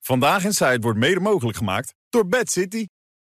Vandaag in Zuid wordt mede mogelijk gemaakt door Bad City.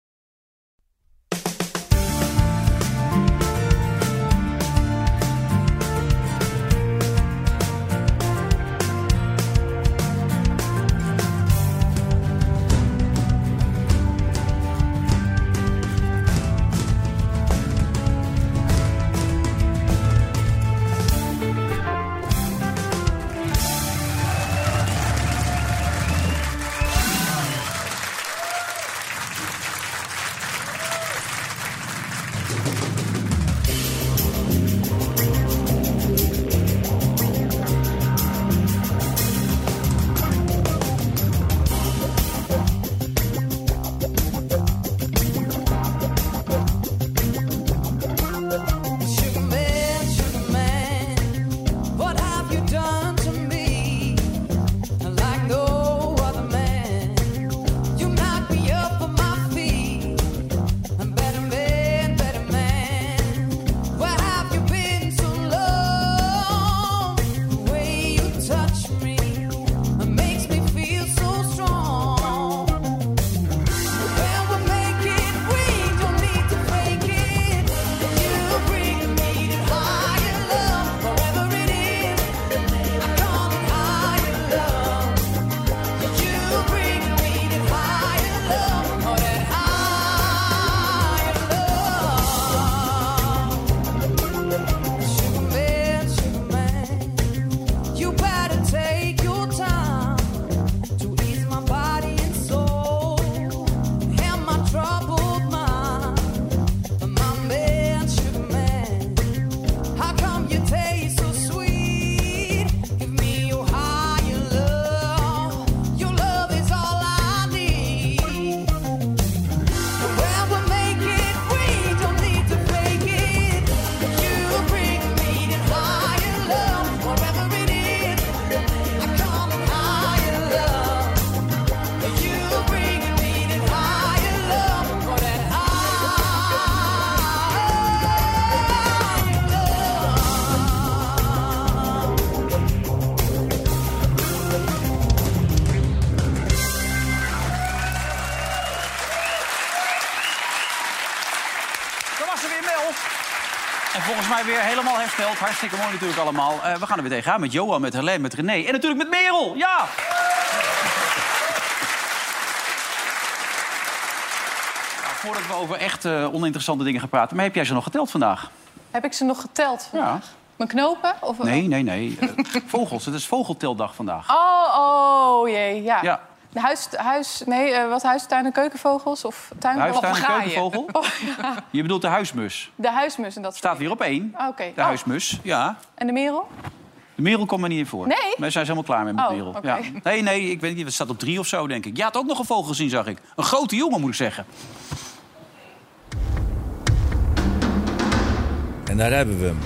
Weer helemaal hersteld. Hartstikke mooi natuurlijk allemaal. We gaan er weer tegenaan met Johan, met Helene, met René en natuurlijk met Merel. Ja! Nou, voordat we over echt oninteressante dingen gaan praten... maar heb jij ze nog geteld vandaag? Heb ik ze nog geteld vandaag? Ja. Mijn knopen? Of... Nee. Vogels. Het is vogelteldag vandaag. Oh jee, ja. Wat huistuin- en keukenvogels? Of huistuin- en keukenvogel? Oh, ja. Je bedoelt de huismus? De huismus en dat staat hier op 1. Okay. De huismus, ja. En de merel? De merel komt er niet in voor. Nee? Wij zijn helemaal klaar met merel. Okay. Ja. Nee, ik weet niet. Het staat op 3 of zo, denk ik. Je had ook nog een vogel gezien, zag ik. Een grote jongen, moet ik zeggen. En daar hebben we hem.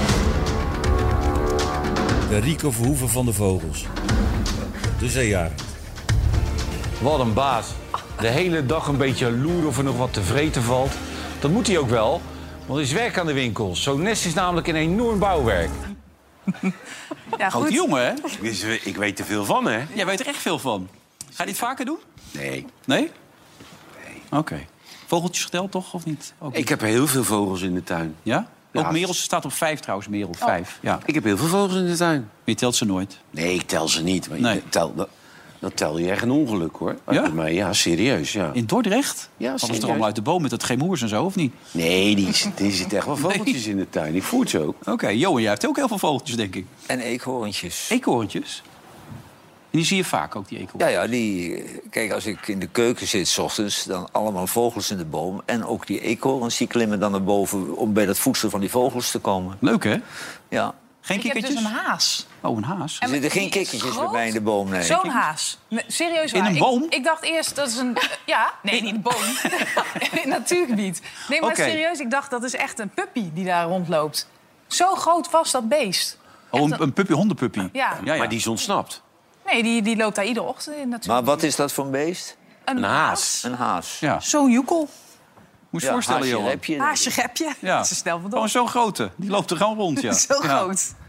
De Rico Verhoeven van de vogels. De zeearend. Wat een baas. De hele dag een beetje loeren of er nog wat te vreten valt. Dat moet hij ook wel, want er is werk aan de winkel. Zo'n nest is namelijk een enorm bouwwerk. Ja, grote jongen, hè? Ik weet er veel van, hè? Jij weet er echt veel van. Ga je dit vaker doen? Nee. Nee? Oké. Vogeltjes geteld, toch? Of niet? Ik heb heel veel vogels in de tuin. Ja? Ja. Ook merels staat op 5 trouwens, merel. 5. Ja. Ik heb heel veel vogels in de tuin. Maar je telt ze nooit? Nee, ik tel ze niet. Maar Nee. Dat tel je echt een ongeluk, hoor. Ja? Maar ja, serieus, ja. In Dordrecht? Ja, Hadden ze serieus. er allemaal uit de boom met dat gemoers en zo, of niet? Nee, die zitten echt wel vogeltjes in de tuin. Ik voel het zo. Oké, Johan, jij hebt ook heel veel vogeltjes, denk ik. En eekhoorntjes. Eekhoorntjes? En die zie je vaak ook, die eekhoorntjes? Ja, kijk, als ik in de keuken zit 's ochtends, dan allemaal vogels in de boom. En ook die eekhoorns, die klimmen dan naar boven om bij dat voedsel van die vogels te komen. Leuk, hè? Ja. Geen Ik heb kikkertjes? dus een haas. Oh, een haas. Er zitten geen die is kikkertjes bij groot. mij in de boom, nee. Zo'n haas. Serieus waar. In een boom? Ik dacht eerst, dat is een... Ja, nee, niet een boom. In natuurgebied. Nee, maar Oké. serieus, ik dacht, dat is echt een puppy die daar rondloopt. Zo groot was dat beest. Oh, een puppy, hondenpuppy. Ja. Maar die is ontsnapt. Nee, die loopt daar iedere ochtend in natuurlijk. Maar wat is dat voor een beest? Een haas. Een haas. Ja. Zo'n joekel. Moet je voorstellen, haasje, Johan. heb je. Haasje, gepje. Ja. Dat is een stel van Gewoon zo'n grote. Die loopt er gewoon rond, ja. Zo Ja. groot. Hè?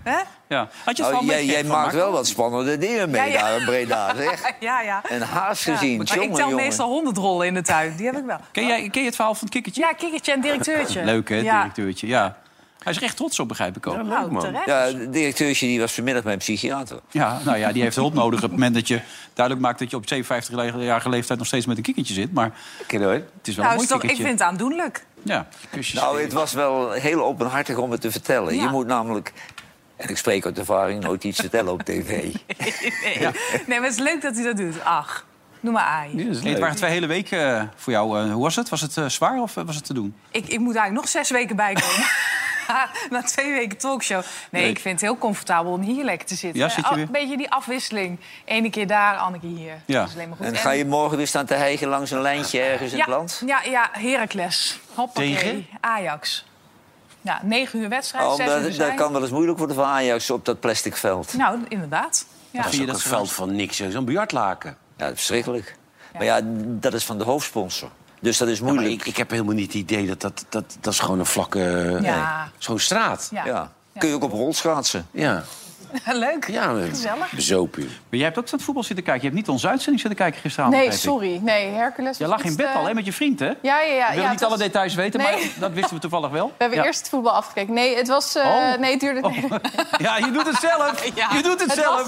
Ja. Had je het jij maakt wel wat spannende dingen mee daar in Breda, zeg. Ja. En haast gezien, Maar ik tel meestal 100 rollen in de tuin. Die heb ik wel. Ken je het verhaal van het kikkertje? Ja, kikkertje en directeurtje. Leuk, hè, directeurtje, ja. Hij is er echt trots op, begrijp ik ook. Terecht. Ja, de directeurtje die was vanmiddag bij een psychiater. Ja, nou ja, die heeft hulp nodig op het moment dat je duidelijk maakt... dat je op 57-jarige leeftijd nog steeds met een kikkertje zit. Maar het is wel een mooi kikkertje. Ik vind het aandoenlijk. Ja, kusjes. Nou, het was wel heel openhartig om het te vertellen. Ja. Je moet namelijk... En ik spreek uit ervaring, nooit iets vertellen op tv. Nee, maar het is leuk dat hij dat doet. Ach, noem maar Aai. Het waren 2 hele weken voor jou. Hoe was het? Was het zwaar of was het te doen? Ik moet eigenlijk nog 6 weken bijkomen. Na 2 weken talkshow. Nee, ik vind het heel comfortabel om hier lekker te zitten. Ja, zit je weer? Een beetje die afwisseling. Ene keer daar, andere keer hier. Ja. Dat is alleen maar goed. En ga je morgen weer staan te hijgen langs een lijntje ergens in het land? Ja, Heracles. Hoppakee. Tegen? Ajax. Ja, 9 uur wedstrijd, 6 uur Dat zijn. kan wel eens moeilijk worden voor Ajax op dat plastic veld. Nou, inderdaad. Ja. Dat is ook een veld van niks, zo'n biljartlaken. Ja, dat is verschrikkelijk. Maar ja, dat is van de hoofdsponsor. Dus dat is moeilijk. Ik heb helemaal niet het idee dat is gewoon een vlakke... Ja. Zo'n straat. Ja. Kun je ook op rolschaatsen. Ja. Leuk. Ja, Gezellig. bezopen. Maar jij hebt ook aan het voetbal zitten kijken. Je hebt niet onze uitzending zitten kijken gisteravond. Nee, begrijp ik. sorry. Nee, Hercules. Je was lag in iets bed te- al, hè, met je vriend, hè? Ja. Ik wil het niet was- alle details weten, Nee. maar dat wisten we toevallig wel. We hebben eerst het voetbal afgekeken. Nee, het was... Nee, het duurde... Nee. Ja, je doet het zelf. Ja. Je doet het zelf.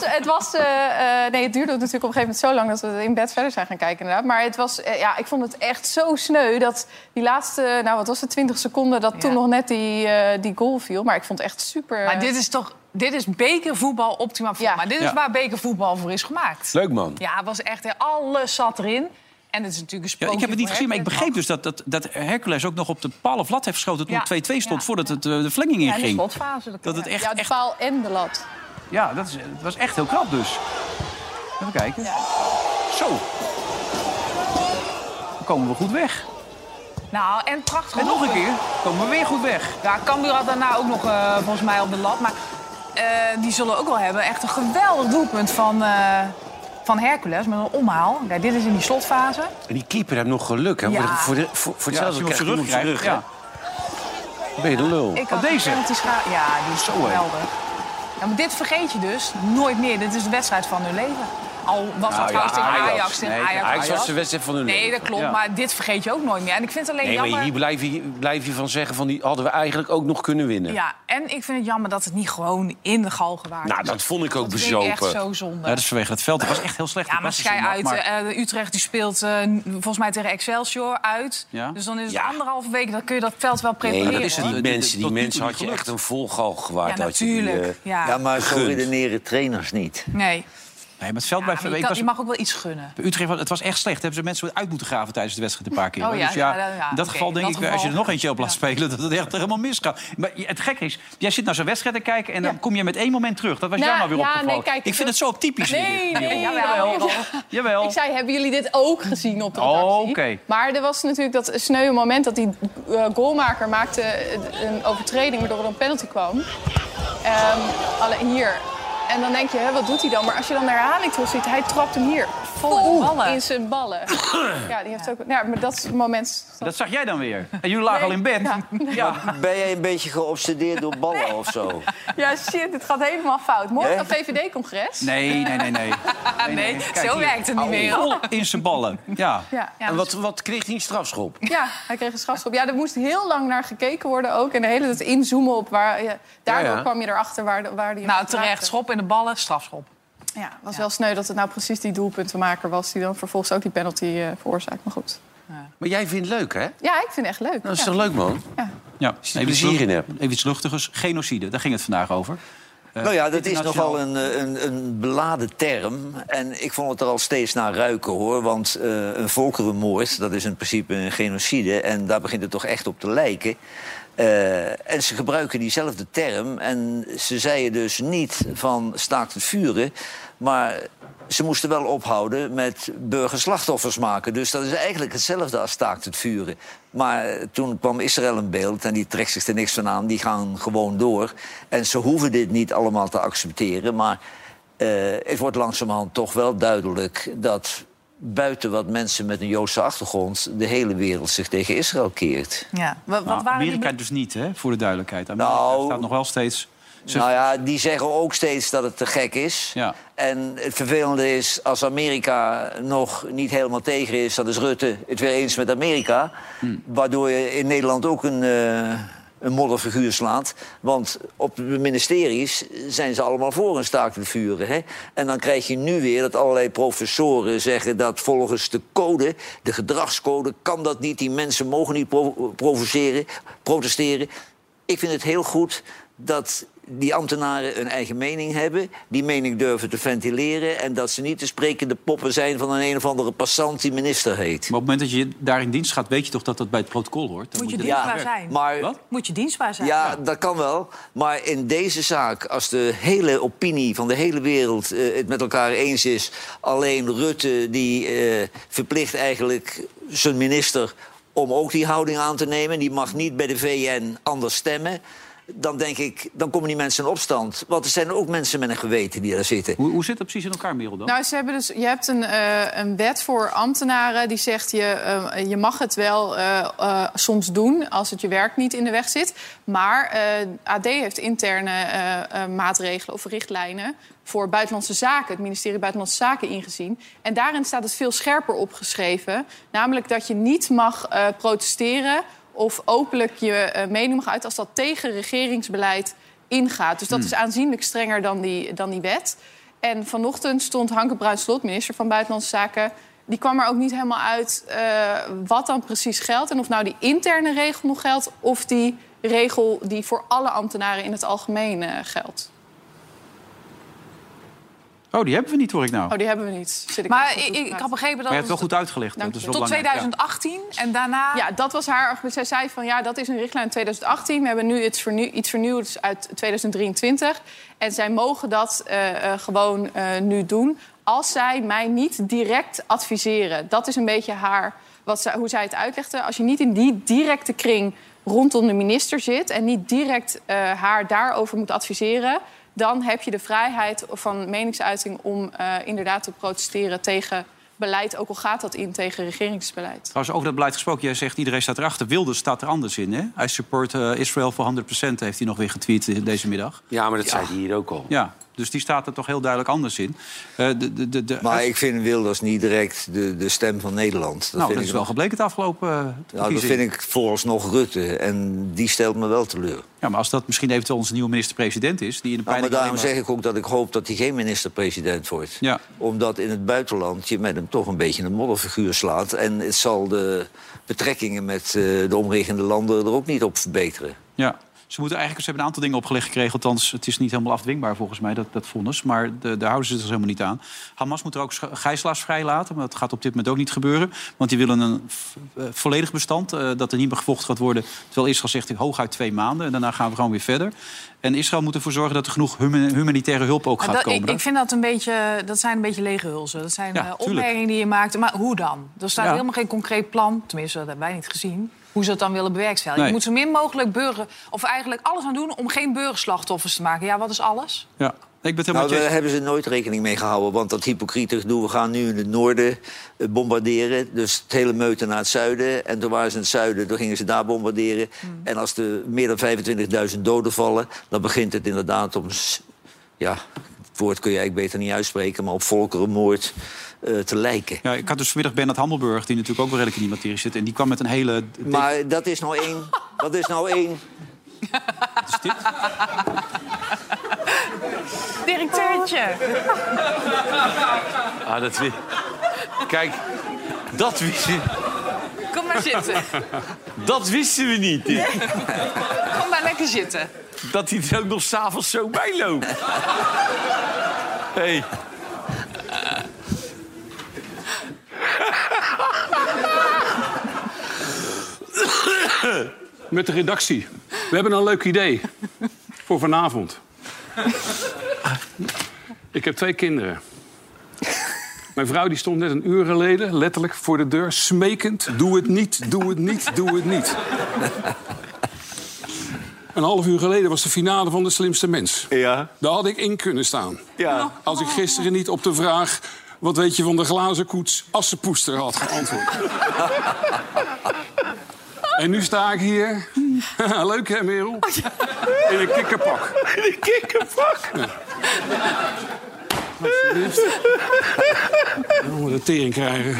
Het duurde natuurlijk op een gegeven moment zo lang... dat we in bed verder zijn gaan kijken, inderdaad. Maar het was... ik vond het echt zo sneu dat die laatste... Nou, wat was het? 20 seconden... dat toen nog net die goal viel. Maar ik vond het echt super... Maar dit is bekervoetbal optimaal voor. Ja. Maar dit is waar bekervoetbal voor is gemaakt. Leuk, man. Ja, het was echt... Alles zat erin. En het is natuurlijk een Ja, sprookje ik heb het niet voor gezien, maar ik begreep Hercules. dus dat Hercules ook nog op de paal of lat heeft geschoten... toen Ja. het 2-2 stond, Ja. voordat het de verlenging Ja, in de inging. slotfase. Dat het echt... Ja, de paal en de lat. Ja, het was echt heel knap dus. Even kijken. Ja. Zo. Dan komen we goed weg. Nou, en prachtig. En nog een keer komen we weer goed weg. Ja, Cambuur had daarna ook nog volgens mij op de lat. Maar die zullen ook wel hebben. Echt een geweldig doelpunt van Hercules met een omhaal. Kijk, dit is in die slotfase. En die keeper heeft nog geluk, hè? Ja. Voor Ja, hetzelfde als je hem op krijgt zijn hij rug hem op zijn krijgt. rug, hè? Ja. Dan ben je de lul. Ik had deze? penalties ja, die is Zo, zo hè. geweldig. Ja, maar dit vergeet je dus nooit meer. Dit is de wedstrijd van hun leven. Al was dat Nou ja, trouwens tegen Ajax. Ajax. Nee, Ajax was de wedstrijd van hun Nee, leven. dat klopt. Ja. Maar dit vergeet je ook nooit meer. En ik vind het alleen Nee, maar jammer... hier blijf je van zeggen van die hadden we eigenlijk ook nog kunnen winnen. Ja, en ik vind het jammer dat het niet gewoon in de Galgen waard is. Nou, dat vond ik ook Dat vind ik echt bezopen. zo zonde. Ja, dat is vanwege het veld. Het was echt heel slecht. Ja, die maar passen schei zondag, uit. maar- Utrecht die speelt volgens mij tegen Excelsior uit. Ja. Dus dan is het Ja. 1,5 week. Dan kun je dat veld wel prepareren. Nee, dat is hoor. die Tot mensen nu toe had niet je gelukt. echt een vol galg gewaard. Ja, had je die, natuurlijk. Ja, maar zo gegund. redeneren trainers niet. Nee. Nee, maar het veld Ja, blijft... maar ik was- je mag ook wel iets gunnen. Bij Utrecht, het was echt slecht. Hebben ze mensen uit moeten graven tijdens de wedstrijd een paar keer. Oh hoor. ja, Dus ja, in dat oké, geval denk in ik, dat als je er geval. nog eentje op laat Ja. spelen... dat het echt helemaal misgaat. Maar het gekke is, jij zit naar zo'n wedstrijd te kijken... en dan Ja. kom je met 1 moment terug. Dat was Nou, jou nou weer ja, opgevallen. nee, kijk, ik vind het zo typisch. Nee, nee, jawel. Jawel. Ik zei, hebben jullie dit ook gezien op de Oh, redactie? oké. Maar er was natuurlijk dat sneuwe moment dat die goalmaker maakte een overtreding... waardoor er een penalty kwam. Alleen hier. En dan denk je, hè, wat doet hij dan? Maar als je dan de herhaling terug ziet, hij trapt hem hier. Vol ballen. in zijn ballen. Ja, die heeft ook... Ja, maar dat is het moment... Dat zag jij dan weer. En jullie lagen al in bed. Ja. Ja. Ben jij een beetje geobsedeerd door ballen of zo? Ja, shit, het gaat helemaal fout. Morgen Hè? een VVD-congres. Nee. Nee, Kijk zo hier. werkt het niet meer. Vol in zijn ballen. Ja. Ja. Ja, En dus- wat kreeg hij een strafschop? Ja, hij kreeg een strafschop. Ja, er moest heel lang naar gekeken worden ook. En de hele tijd inzoomen op waar... daardoor Ja. kwam je erachter waar die... Nou, terecht. Schop in de ballen, strafschop. Ja, het was wel sneu dat het nou precies die doelpuntenmaker was... die dan vervolgens ook die penalty veroorzaakt. Maar goed. Maar jij vindt het leuk, hè? Ja, ik vind het echt leuk. Nou, dat is Ja. toch leuk, man? Ja. Als je er plezier in hebt. Even iets luchtigers. Genocide, daar ging het vandaag over. Nou ja, dat is internationaal. nogal een beladen term. En ik vond het er al steeds naar ruiken, hoor. Want een volkerenmoord, dat is in principe een genocide. En daar begint het toch echt op te lijken. En ze gebruiken diezelfde term. En ze zeiden dus niet van staakt het vuren. Maar ze moesten wel ophouden met burgerslachtoffers maken. Dus dat is eigenlijk hetzelfde als staakt het vuren. Maar toen kwam Israël in beeld en die trekt zich er niks van aan. Die gaan gewoon door. En ze hoeven dit niet allemaal te accepteren. Maar het wordt langzamerhand toch wel duidelijk dat buiten wat mensen met een Joodse achtergrond de hele wereld zich tegen Israël keert. Ja. Wat Nou, waren Amerika die... dus niet, hè, voor de duidelijkheid. Amerika Nou, staat nog wel steeds... Nou ja, die zeggen ook steeds dat het te gek is. Ja. En het vervelende is, als Amerika nog niet helemaal tegen is... dan is Rutte het weer eens met Amerika. Waardoor je in Nederland ook een modderfiguur slaat. Want op de ministeries zijn ze allemaal voor een staakt het vuren. Hè? En dan krijg je nu weer dat allerlei professoren zeggen... dat volgens de code, de gedragscode, kan dat niet. Die mensen mogen niet protesteren. Ik vind het heel goed dat die ambtenaren een eigen mening hebben... die mening durven te ventileren... en dat ze niet de sprekende poppen zijn van een of andere passant die minister heet. Maar op het moment dat je daar in dienst gaat... weet je toch dat dat bij het protocol hoort? Dan moet je dienstbaar zijn. Maar, wat? Moet je dienstbaar zijn. Ja, dat kan wel. Maar in deze zaak, als de hele opinie van de hele wereld... het met elkaar eens is... alleen Rutte die verplicht eigenlijk zijn minister... om ook die houding aan te nemen. Die mag niet bij de VN anders stemmen. Dan denk ik, dan komen die mensen in opstand. Want er zijn ook mensen met een geweten die daar zitten. Hoe zit dat precies in elkaar, Merel, dan? Nou, je hebt een wet voor ambtenaren die zegt... je mag het wel soms doen als het je werk niet in de weg zit. Maar AD heeft interne maatregelen of richtlijnen... voor Buitenlandse Zaken, het ministerie Buitenlandse Zaken, ingezien. En daarin staat het veel scherper opgeschreven. Namelijk dat je niet mag protesteren... of openlijk je mening mag uiten als dat tegen regeringsbeleid ingaat. Dus dat is aanzienlijk strenger dan die wet. En vanochtend stond Hanke Bruins-Slot, minister van Buitenlandse Zaken... die kwam er ook niet helemaal uit wat dan precies geldt... en of nou die interne regel nog geldt... of die regel die voor alle ambtenaren in het algemeen geldt. Oh, die hebben we niet, hoor ik nou. Oh, die hebben we niet. Maar ik had begrepen dat... Maar je hebt wel goed uitgelegd. Dank Dat is je. wel tot belangrijk. 2018 en daarna... Ja, dat was haar argument. Zij zei van ja, dat is een richtlijn in 2018. We hebben nu iets vernieuwds uit 2023. En zij mogen dat gewoon nu doen... als zij mij niet direct adviseren. Dat is een beetje hoe zij het uitlegde. Als je niet in die directe kring rondom de minister zit... en niet direct haar daarover moet adviseren... dan heb je de vrijheid van meningsuiting om inderdaad te protesteren tegen beleid. Ook al gaat dat in tegen regeringsbeleid. Trouwens, over dat beleid gesproken, jij zegt iedereen staat erachter. Wilders staat er anders in, hè? I support Israel for 100%, heeft hij nog weer getweet deze middag. Ja, maar dat zei hij hier ook al. Ja, dus die staat er toch heel duidelijk anders in. Maar ik vind Wilders niet direct de stem van Nederland. Dat is wel gebleken het afgelopen dat vind ik vooralsnog Rutte. En die stelt me wel teleur. Ja, maar als dat misschien eventueel onze nieuwe minister-president is... die in de maar daarom zeg ik ook dat ik hoop dat hij geen minister-president wordt. Ja. Omdat in het buitenland je met hem toch een beetje een modderfiguur slaat. En het zal de betrekkingen met de omliggende landen er ook niet op verbeteren. Ja. Ze hebben een aantal dingen opgelegd gekregen. Althans, het is niet helemaal afdwingbaar volgens mij, dat vonnis. Maar daar houden ze het dus helemaal niet aan. Hamas moet er ook gijzelaars vrijlaten. Maar dat gaat op dit moment ook niet gebeuren. Want die willen een volledig bestand. Dat er niet meer gevochten gaat worden. Terwijl Israël zegt hooguit 2 maanden. En daarna gaan we gewoon weer verder. En Israël moet ervoor zorgen dat er genoeg humanitaire hulp ook gaat komen. Ik vind dat zijn een beetje lege hulzen. Dat zijn opmerkingen die je maakt. Maar hoe dan? Er staat helemaal geen concreet plan. Tenminste, dat hebben wij niet gezien. Hoe ze dat dan willen bewerkstelligen. Nee. Je moet zo min mogelijk of eigenlijk alles aan doen om geen burgerslachtoffers te maken. Ja, wat is alles? Ja. Daar hebben ze nooit rekening mee gehouden. Want dat hypocriete gedoe, we gaan nu in het noorden bombarderen. Dus het hele meute naar het zuiden. En toen waren ze in het zuiden, toen gingen ze daar bombarderen. En als er meer dan 25.000 doden vallen... dan begint het inderdaad om... Ja, het woord kun je eigenlijk beter niet uitspreken... maar op volkerenmoord te lijken. Ja, ik had dus vanmiddag Bernard Hammelburg... die natuurlijk ook wel redelijk in die materie zit. En die kwam met een hele... Maar dat is nou één... Dat is nou één... Wat is dit? Directeurtje. Dat weer. Kijk, dat wisten we. Kom maar zitten. Dat wisten we niet. Nee. Kom maar lekker zitten. Dat hij er ook nog 's avonds zo bij loopt. Hey. Met de redactie. We hebben een leuk idee voor vanavond. Ik heb 2 kinderen. Mijn vrouw die stond net een uur geleden letterlijk voor de deur... smekend, doe het niet, doe het niet, doe het niet. Een half uur geleden was de finale van De Slimste Mens. Ja. Daar had ik in kunnen staan. Ja. Als ik gisteren niet op de vraag... wat weet je van de glazen koets Assepoester had geantwoord. En nu sta ik hier Leuk, hè, Merel? In een kikkerpak. In een kikkerpak? Ja. Alsjeblieft. We moeten de tering krijgen.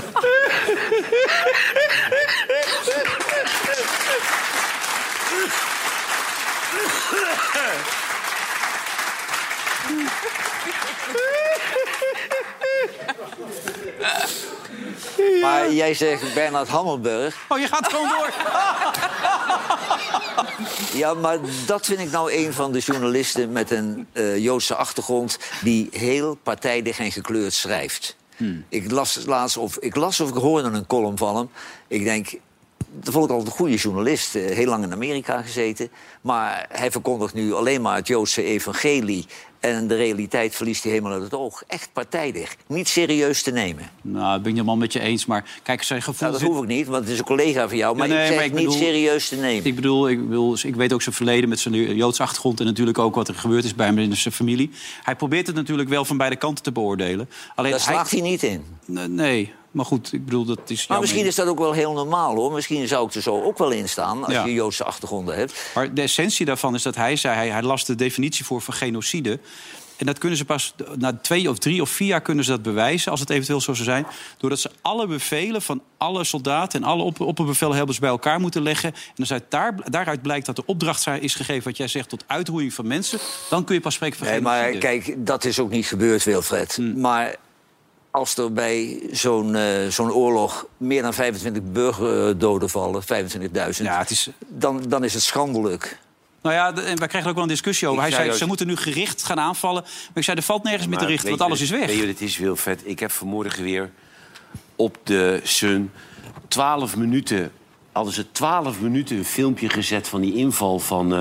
Maar jij zegt Bernard Hammelburg. Oh, je gaat gewoon door. Ja, maar dat vind ik nou een van de journalisten met een Joodse achtergrond... die heel partijdig en gekleurd schrijft. Ik las of ik hoorde een column van hem. Ik denk, dat vond ik altijd een goede journalist. Heel lang in Amerika gezeten. Maar hij verkondigt nu alleen maar het Joodse evangelie... en de realiteit verliest hij helemaal uit het oog. Echt partijdig. Niet serieus te nemen. Nou, dat ben ik helemaal met je eens. Maar kijk, zijn gevoel... Nou, dat hoef ik niet, want het is een collega van jou. Maar ik bedoel, niet serieus te nemen. Ik weet ook zijn verleden met zijn Joodse achtergrond... en natuurlijk ook wat er gebeurd is bij hem in zijn familie. Hij probeert het natuurlijk wel van beide kanten te beoordelen. Alleen daar slaagt hij niet in. Nee, maar goed, ik bedoel, dat is... Maar misschien is dat ook wel heel normaal, hoor. Misschien zou ik er zo ook wel in staan, als je Joodse achtergronden hebt. Maar de essentie daarvan is dat hij zei... hij las de definitie voor van genocide... En dat kunnen ze pas na 2 of 3 of 4 jaar kunnen ze dat bewijzen... als het eventueel zo zou zijn... doordat ze alle bevelen van alle soldaten... en alle opperbevelhebbers bij elkaar moeten leggen. En als daaruit blijkt dat de opdracht is gegeven... wat jij zegt, tot uitroeiing van mensen... dan kun je pas spreken van genocide. Nee, maar kijk, dat is ook niet gebeurd, Wilfred. Maar als er bij zo'n oorlog meer dan 25 burgerdoden vallen... 25.000, dan is het schandelijk. Nou ja, en wij kregen ook wel een discussie over. Hij zei, ze moeten nu gericht gaan aanvallen. Maar ik zei, er valt nergens meer te richten, want alles is weg. Weet je, het is Wilfred. Ik heb vanmorgen weer op de Sun 12 minuten... hadden ze 12 minuten een filmpje gezet van die inval van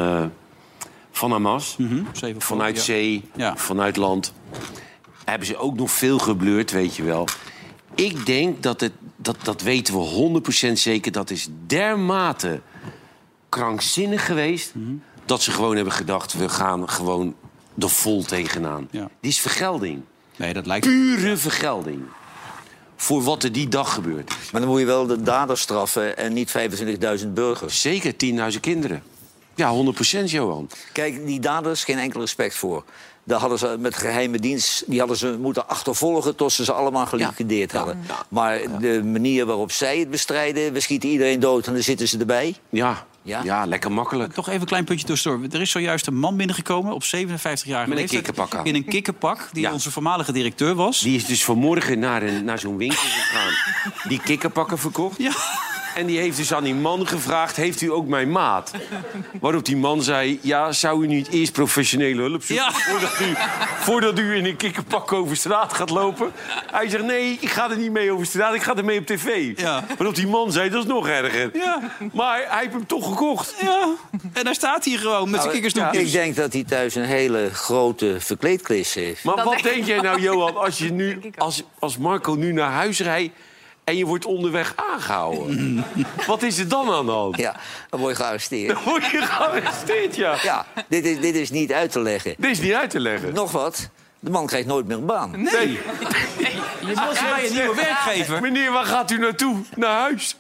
Hamas. Vanuit zee, vanuit land. Hebben ze ook nog veel geblurred, weet je wel. Ik denk dat weten we 100% zeker... dat is dermate krankzinnig geweest... dat ze gewoon hebben gedacht... we gaan gewoon er vol tegenaan. Ja. Die is vergelding. Nee, dat lijkt... Pure vergelding. Voor wat er die dag gebeurt. Maar dan moet je wel de daders straffen... en niet 25.000 burgers. Zeker, 10.000 kinderen. Ja, 100%, Johan. Kijk, die daders, geen enkel respect voor. Daar hadden ze met geheime dienst... die hadden ze moeten achtervolgen tot ze allemaal geliquideerd hadden. Ja. Maar de manier waarop zij het bestrijden... we schieten iedereen dood en dan zitten ze erbij. Ja, lekker makkelijk. Toch even een klein puntje tussendoor. Er is zojuist een man binnengekomen op 57-jarige leeftijd. Kikkerpak aan. In een kikkerpak, die onze voormalige directeur was. Die is dus vanmorgen naar zo'n winkel gegaan. Die kikkerpakken verkocht. Ja. En die heeft dus aan die man gevraagd, heeft u ook mijn maat? Waarop die man zei, ja, zou u niet eerst professionele hulp zoeken... voordat u in een kikkerpak over straat gaat lopen? Hij zegt, nee, ik ga er niet mee over straat, ik ga er mee op tv. Ja. Waarop die man zei, dat is nog erger. Ja. Maar hij heeft hem toch gekocht. Ja. En daar staat hij gewoon met zijn kikkersnoepjes. Ik denk dat hij thuis een hele grote verkleedkist heeft. Maar wat denk jij nou, Johan, als je nu, als Marco nu naar huis rijdt... en je wordt onderweg aangehouden. Wat is er dan aan de hand? Ja, dan word je gearresteerd. Dan word je gearresteerd, ja. Ja, dit is niet uit te leggen. Dit is niet uit te leggen. Nog wat, de man krijgt nooit meer een baan. Nee. Je moet bij een nieuwe werkgever. Meneer, waar gaat u naartoe? Naar huis?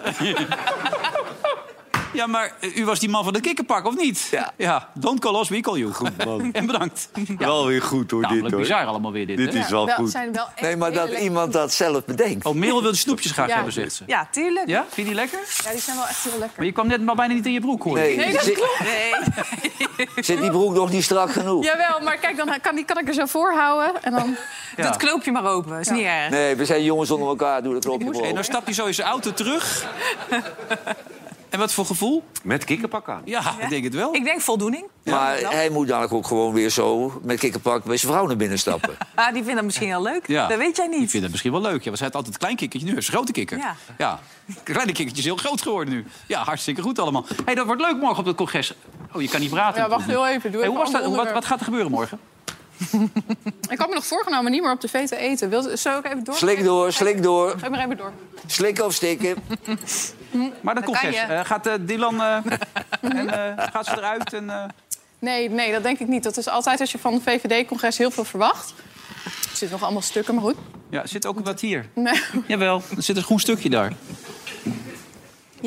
Ja, maar u was die man van het kikkerpak, of niet? Ja. Don't call us, we call you. Goed, man. En bedankt. Ja. Wel weer goed, hoor, dit, hoor. Bizar allemaal weer, dit. Dit is wel goed. Nee, maar dat iemand dat zelf bedenkt. Oh, Merel wil de snoepjes graag hebben, zegt ze. Ja, tuurlijk. Ja? Vind je die lekker? Ja, die zijn wel echt heel lekker. Maar je kwam net maar bijna niet in je broek, hoor. Nee, dat klopt. Nee. Zit die broek nog niet strak genoeg? Jawel, maar kijk, dan kan ik er zo voor houden. En dan... Doe het knoopje maar open, is niet erg. Nee, we zijn jongens onder elkaar, doe dat knoopje maar open. En dan stapt hij zo in zijn auto terug... En wat voor gevoel? Met kikkerpak aan. Ja, ik denk het wel. Ik denk voldoening. Maar hij moet dadelijk ook gewoon weer zo met kikkerpak bij zijn vrouw naar binnen stappen. Die vindt dat misschien heel leuk. Ja. Dat weet jij niet. Die vindt dat misschien wel leuk. Ja, we zijn altijd een klein kikkertje, nu is een grote kikker. Ja. Een kleine kikkertje is heel groot geworden nu. Ja, hartstikke goed allemaal. Hey, dat wordt leuk morgen op het congres. Oh, je kan niet praten. Ja, wacht heel even. Doe even wat gaat er gebeuren morgen? Ik had me nog voorgenomen niet meer op tv te eten. Zal ik even door? Slik door. Ga maar even door. Slikken of stikken. Maar dat congres, gaat Dylan... gaat ze eruit? Nee, dat denk ik niet. Dat is altijd als je van het VVD-congres heel veel verwacht. Er zitten nog allemaal stukken, maar goed. Ja, zit ook wat hier? Nee. Jawel, er zit een groen stukje daar. Ja.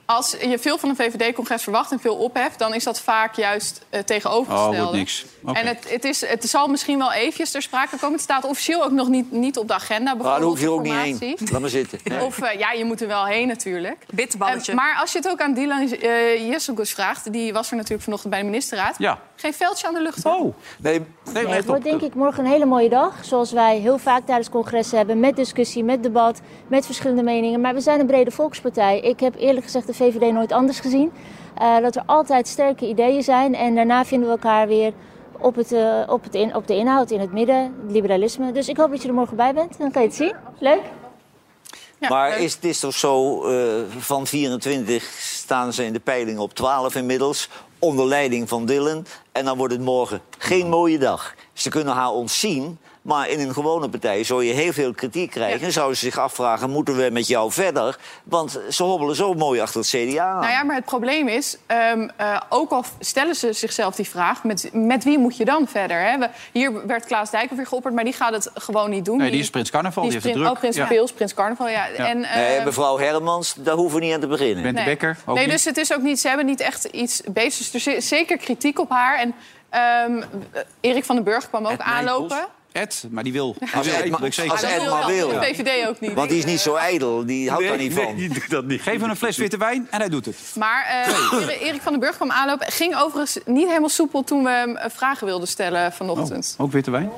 als je veel van een VVD-congres verwacht en veel opheft, dan is dat vaak juist tegenovergestelde. wordt niks. Okay. En het zal misschien wel eventjes ter sprake komen. Het staat officieel ook nog niet op de agenda. Daar hoef je ook niet heen. Laat maar zitten. Of je moet er wel heen natuurlijk. Bitterballetje. Maar als je het ook aan Dylan Jezelgus vraagt, die was er natuurlijk vanochtend bij de ministerraad. Ja. Geen veldje aan de lucht. Het wordt denk ik morgen een hele mooie dag. Zoals wij heel vaak tijdens congressen hebben. Met discussie, met debat, met verschillende meningen. Maar we zijn een brede volkspartij. Ik heb eerlijk gezegd de VVD nooit anders gezien. Dat er altijd sterke ideeën zijn. En daarna vinden we elkaar weer op de inhoud, in het midden, het liberalisme. Dus ik hoop dat je er morgen bij bent. Dan kan je het zien. Leuk? Ja, maar het is toch zo, van 24 staan ze in de peiling op 12 inmiddels, onder leiding van Dylan. En dan wordt het morgen geen mooie dag. Ze kunnen haar ontzien, maar in een gewone partij zou je heel veel kritiek krijgen. En zouden ze zich afvragen, moeten we met jou verder? Want ze hobbelen zo mooi achter het CDA aan. Nou ja, maar het probleem is, ook al stellen ze zichzelf die vraag, met wie moet je dan verder? Hè? Hier werd Klaas Dijkhoff weer geopperd, maar die gaat het gewoon niet doen. Nee, die is Prins Carnaval, die heeft het druk. Prins Pils, Prins Carnaval, ja. En, mevrouw Hermans, daar hoeven we niet aan te beginnen. Bente Bekker, ook niet. Dus het is ook niet, ze hebben niet echt iets bezig. Dus er is zeker kritiek op haar. En Erik van den Burg kwam ook aanlopen. Maar die wil. Als Ed maar wil. De VVD ook niet. Want die is niet zo ijdel, die houdt daar niet van. Die doet dat niet. Geef hem een fles witte wijn en hij doet het. Maar Erik van den Burg kwam aanlopen. Ging overigens niet helemaal soepel toen we hem vragen wilden stellen vanochtend. Ook witte wijn?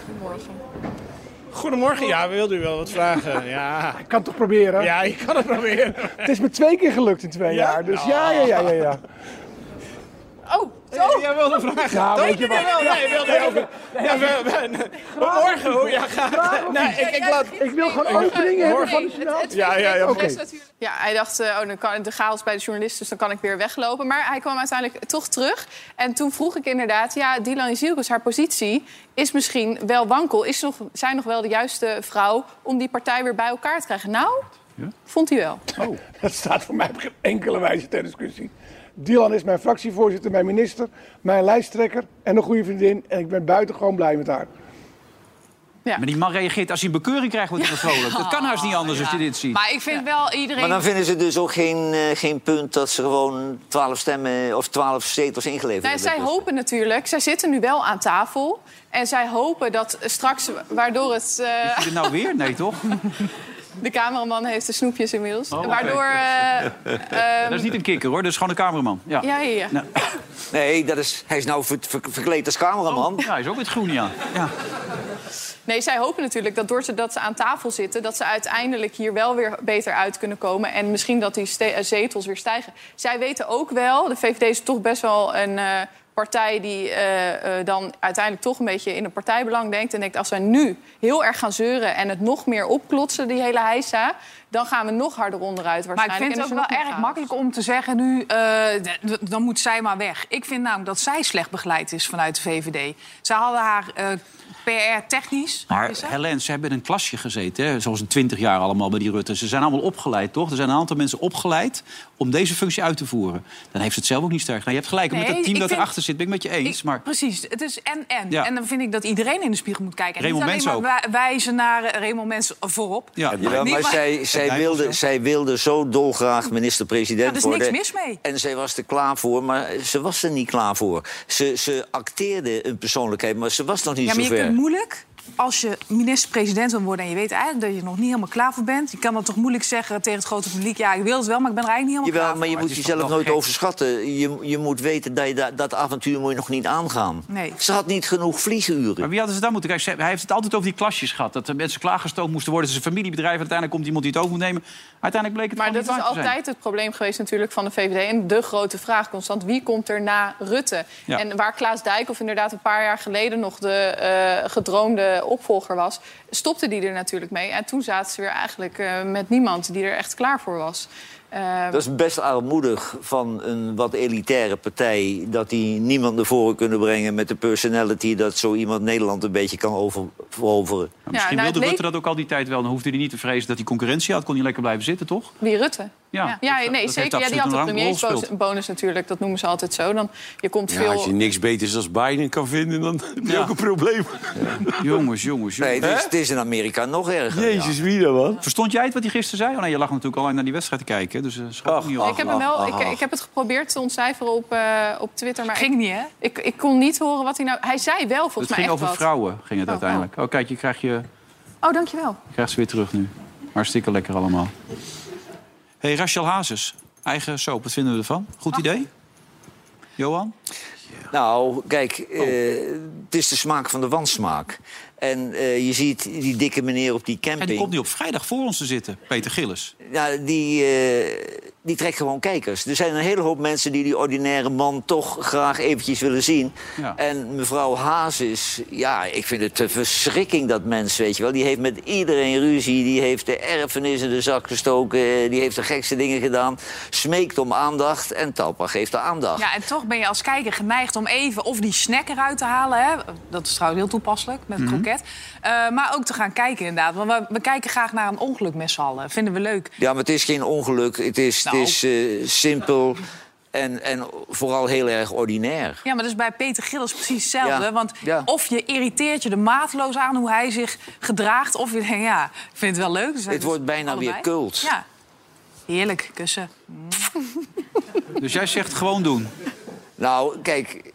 Goedemorgen. Ja, we wilden u wel wat vragen. Ja. Ik kan het toch proberen? Ja, je kan het proberen. Het is me 2 keer gelukt in 2 jaar, dus ja. Oh, zo? Jij wilde vragen. Ja, weet je wat? Nee, wilde morgen, hoe gaat het? Nee, ik wil gewoon openingen hebben van de Senaat. Ja, hij dacht, dan kan de chaos bij de journalisten, dus dan kan ik weer weglopen. Maar hij kwam uiteindelijk toch terug. En toen vroeg ik inderdaad, Dylan Jezelgus, haar positie is misschien wel wankel. Is zij nog wel de juiste vrouw om die partij weer bij elkaar te krijgen? Nou, vond hij wel. Oh. Dat staat voor mij op geen enkele wijze ter discussie. Dylan is mijn fractievoorzitter, mijn minister, mijn lijsttrekker en een goede vriendin. En ik ben buitengewoon blij met haar. Ja. Maar die man reageert als hij een bekeuring krijgt, wordt hij vrolijk. Dat kan haast niet anders als je dit ziet. Maar ik vind wel iedereen... Maar dan vinden ze dus ook geen punt dat ze gewoon 12 stemmen of 12 zetels ingeleverd hebben. Zij hopen natuurlijk, zij zitten nu wel aan tafel. En zij hopen dat straks, waardoor het... Is je er nou weer? Nee, toch? De cameraman heeft de snoepjes inmiddels. Waardoor... dat is niet een kikker, hoor. Dat is gewoon een cameraman. Ja. Nou. Nee, hij is nou verkleed als cameraman. Ja, hij is ook met groen, ja. Nee, zij hopen natuurlijk dat doordat ze aan tafel zitten, dat ze uiteindelijk hier wel weer beter uit kunnen komen. En misschien dat die zetels weer stijgen. Zij weten ook wel, de VVD is toch best wel een partij die dan uiteindelijk toch een beetje in het partijbelang denkt. En denkt, als wij nu heel erg gaan zeuren en het nog meer opklotsen, die hele heisa, dan gaan we nog harder onderuit waarschijnlijk. Maar ik vind het ook wel erg makkelijk om te zeggen nu, dan moet zij maar weg. Ik vind namelijk dat zij slecht begeleid is vanuit de VVD. Ze hadden haar PR-technisch... Maar Hélène, ze hebben in een klasje gezeten, hè? Zoals een 20 jaar allemaal bij die Rutte. Ze zijn allemaal opgeleid, toch? Er zijn een aantal mensen opgeleid om deze functie uit te voeren. Dan heeft ze het zelf ook niet sterk. Nou, je hebt gelijk, met het team dat erachter zit, ben ik met je eens. Maar... Precies, het is en. Ja. En dan vind ik dat iedereen in de spiegel moet kijken. En Raymond niet alleen maar wijzen naar Raymond Mens voorop. Ja, maar zij wilde zo dolgraag minister-president worden. Er is niks mis mee. En zij was er klaar voor, maar ze was er niet klaar voor. Ze acteerde een persoonlijkheid, maar ze was nog niet zo ver. Ja, maar je kunt moeilijk, als je minister-president wil worden en je weet eigenlijk dat je er nog niet helemaal klaar voor bent. Je kan dan toch moeilijk zeggen tegen het grote publiek, ja, ik wil het wel, maar ik ben er eigenlijk niet helemaal klaar voor. Maar je moet jezelf nooit overschatten. Je moet weten dat je dat avontuur moet je nog niet aangaan. Nee. Ze had niet genoeg vlieguren. Maar wie hadden ze dan moeten kijken? Hij heeft het altijd over die klasjes gehad. Dat de mensen klaargestoomd moesten worden. Het is een familiebedrijf. Uiteindelijk komt iemand die het over moet nemen. Uiteindelijk bleek het maar dat is altijd het probleem geweest natuurlijk van de VVD. En de grote vraag constant, wie komt er na Rutte? Ja. En waar Klaas Dijkhoff inderdaad een paar jaar geleden nog de gedroomde opvolger was, stopte die er natuurlijk mee. En toen zaten ze weer eigenlijk met niemand die er echt klaar voor was. Dat is best armoedig van een wat elitaire partij, dat die niemand naar voren kunnen brengen met de personality dat zo iemand Nederland een beetje kan veroveren. Misschien wilde Rutte dat ook al die tijd wel. Dan hoefde hij niet te vrezen dat hij concurrentie had. Kon hij lekker blijven zitten, toch? Wie, Rutte? Ja, nee, zeker. Ja, die had de premiersbonus natuurlijk. Dat noemen ze altijd zo. Dan, je komt veel... Als je niks beters als Biden kan vinden, dan heb je ook een probleem. Ja. Jongens. Nee, het is in Amerika nog erger. Jezus, wie dan, man? Verstond jij het wat hij gisteren zei? Oh nee, je lag natuurlijk al naar die wedstrijd te kijken. hè? Dus schat niet op. Ik heb het geprobeerd te ontcijferen op Twitter. Maar ging niet, hè? Ik kon niet horen wat hij nou... Hij zei wel volgens mij echt wat. Het ging over vrouwen, ging het uiteindelijk. Oh, kijk, je krijgt dankjewel. Je krijgt ze weer terug nu. Hartstikke lekker allemaal. Hey, Rachel Hazes, eigen soap. Wat vinden we ervan? Goed idee? Johan? Nou, kijk, het is de smaak van de wansmaak. En je ziet die dikke meneer op die camping... En die komt nu op vrijdag voor ons te zitten, Peter Gillis. Ja, die trekt gewoon kijkers. Er zijn een hele hoop mensen die ordinaire man toch graag eventjes willen zien. Ja. En mevrouw Hazes, ja, ik vind het een verschrikking, dat mens, weet je wel. Die heeft met iedereen ruzie, die heeft de erfenis in de zak gestoken... die heeft de gekste dingen gedaan, smeekt om aandacht en Talpa geeft de aandacht. Ja, en toch ben je als kijker geneigd om even of die snack eruit te halen. Hè? Dat is trouwens heel toepasselijk, met kroket. Maar ook te gaan kijken, inderdaad. Want we kijken graag naar een ongeluk met z'n allen. Vinden we leuk. Ja, maar het is geen ongeluk. Het is simpel en vooral heel erg ordinair. Ja, maar dat is bij Peter Gillis precies hetzelfde. Ja. Want of je irriteert je er mateloos aan hoe hij zich gedraagt... of je denkt, ja, ik vind het wel leuk. Dus het wordt bijna allebei weer cult. Ja, heerlijk, kussen. Dus jij zegt gewoon doen? Nou, kijk...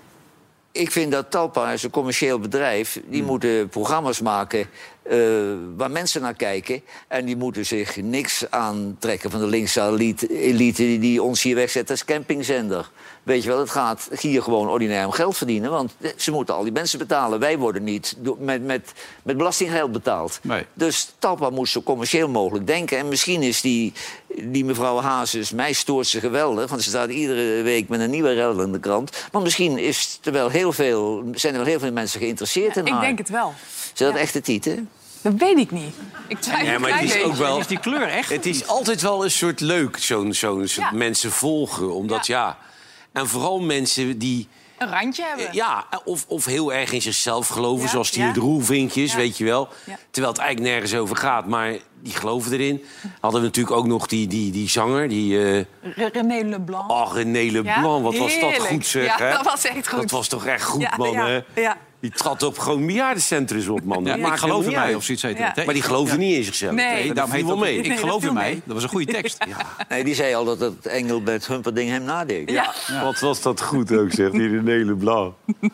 Ik vind dat Talpa is een commercieel bedrijf. Die moeten programma's maken waar mensen naar kijken. En die moeten zich niks aantrekken van de linkse elite... die ons hier wegzet als campingzender. Weet je wel, het gaat hier gewoon ordinair om geld verdienen. Want ze moeten al die mensen betalen. Wij worden niet met belastinggeld betaald. Nee. Dus Talpa moest zo commercieel mogelijk denken. En misschien is die mevrouw Hazes, mij stoort ze geweldig... want ze staat iedere week met een nieuwe rel in de krant. Maar misschien zijn er wel heel veel mensen geïnteresseerd in haar. Ik denk het wel. Zijn dat echte tieten? Dat weet ik niet. Ik twijfel ja, maar het is ook wel... Is die kleur echt? Het is altijd wel een soort leuk, zo'n mensen volgen. Omdat, en vooral mensen die... Een randje hebben. Ja, of heel erg in zichzelf geloven, zoals die droelvinkjes, weet je wel. Ja. Terwijl het eigenlijk nergens over gaat, maar die geloven erin. Hadden we natuurlijk ook nog die zanger, René Leblanc. Oh, René Leblanc, wat was dat goed, zeg. Ja, dat was echt goed. Dat was toch echt goed, man, ja. Die trad op gewoon bejaardencentrums op, man. Ja, ik geloof in mij, of zoiets heet het. Maar die geloofde niet in zichzelf. Nee, daarom heet wel mee. Ik geloof in mij. Dat was een goede tekst. Ja. Nee, die zei al dat het Engelbert Humperdinck hem nadeed. Ja. Wat was dat goed ook, zegt die René Leblanc.